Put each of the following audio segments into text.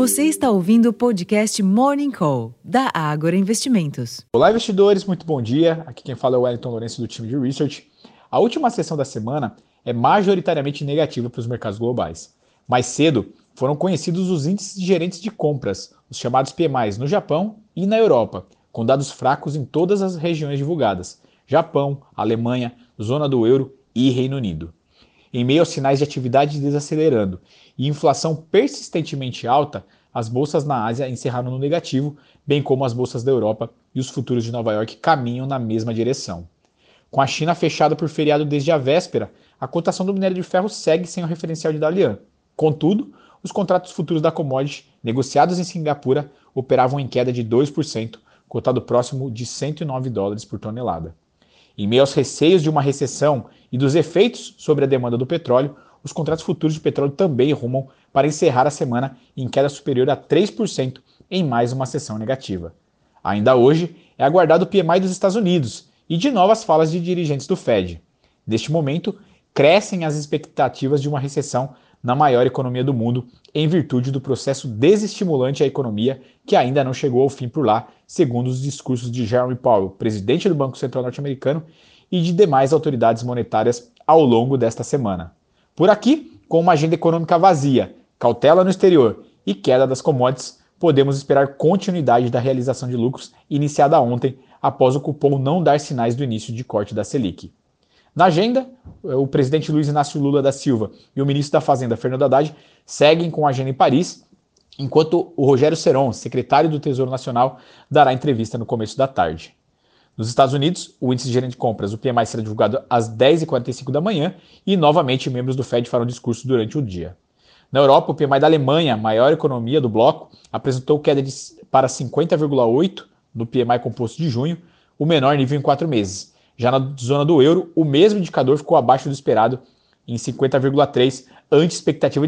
Você está ouvindo o podcast Morning Call, da Ágora Investimentos. Olá, investidores, muito bom dia. Aqui quem fala é o Wellington Lourenço do time de Research. A última sessão da semana é majoritariamente negativa para os mercados globais. Mais cedo, foram conhecidos os índices de gerentes de compras, os chamados PMIs, no Japão e na Europa, com dados fracos em todas as regiões divulgadas: Japão, Alemanha, zona do euro e Reino Unido. Em meio aos sinais de atividade desacelerando e inflação persistentemente alta, as bolsas na Ásia encerraram no negativo, bem como as bolsas da Europa e os futuros de Nova York caminham na mesma direção. Com a China fechada por feriado desde a véspera, a cotação do minério de ferro segue sem o referencial de Dalian. Contudo, os contratos futuros da commodity, negociados em Singapura, operavam em queda de 2%, cotado próximo de $109 por tonelada. Em meio aos receios de uma recessão e dos efeitos sobre a demanda do petróleo, os contratos futuros de petróleo também rumam para encerrar a semana em queda superior a 3% em mais uma sessão negativa. Ainda hoje, é aguardado o PMI dos Estados Unidos e de novas falas de dirigentes do Fed. Neste momento, crescem as expectativas de uma recessão na maior economia do mundo, em virtude do processo desestimulante à economia que ainda não chegou ao fim por lá, segundo os discursos de Jerome Powell, presidente do Banco Central norte-americano, e de demais autoridades monetárias ao longo desta semana. Por aqui, com uma agenda econômica vazia, cautela no exterior e queda das commodities, podemos esperar continuidade da realização de lucros iniciada ontem, após o cupom não dar sinais do início de corte da Selic. Na agenda, o presidente Luiz Inácio Lula da Silva e o ministro da Fazenda, Fernando Haddad, seguem com a agenda em Paris, enquanto o Rogério Seron, secretário do Tesouro Nacional, dará entrevista no começo da tarde. Nos Estados Unidos, o índice de gerente de compras, o PMI, será divulgado às 10h45 da manhã e, novamente, membros do Fed farão discurso durante o dia. Na Europa, o PMI da Alemanha, maior economia do bloco, apresentou queda para 50,8 no PMI composto de junho, o menor nível em 4 meses. Já na zona do euro, o mesmo indicador ficou abaixo do esperado, em 50,3, ante expectativa de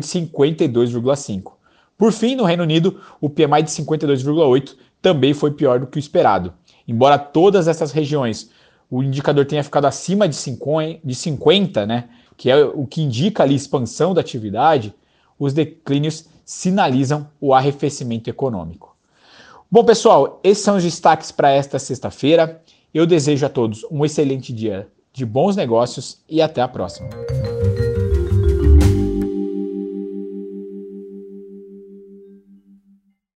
52,5. Por fim, no Reino Unido, o PMI de 52,8 também foi pior do que o esperado. Embora todas essas regiões o indicador tenha ficado acima de 50, né, que é o que indica ali a expansão da atividade, os declínios sinalizam o arrefecimento econômico. Bom, pessoal, esses são os destaques para esta sexta-feira. Eu desejo a todos um excelente dia de bons negócios e até a próxima.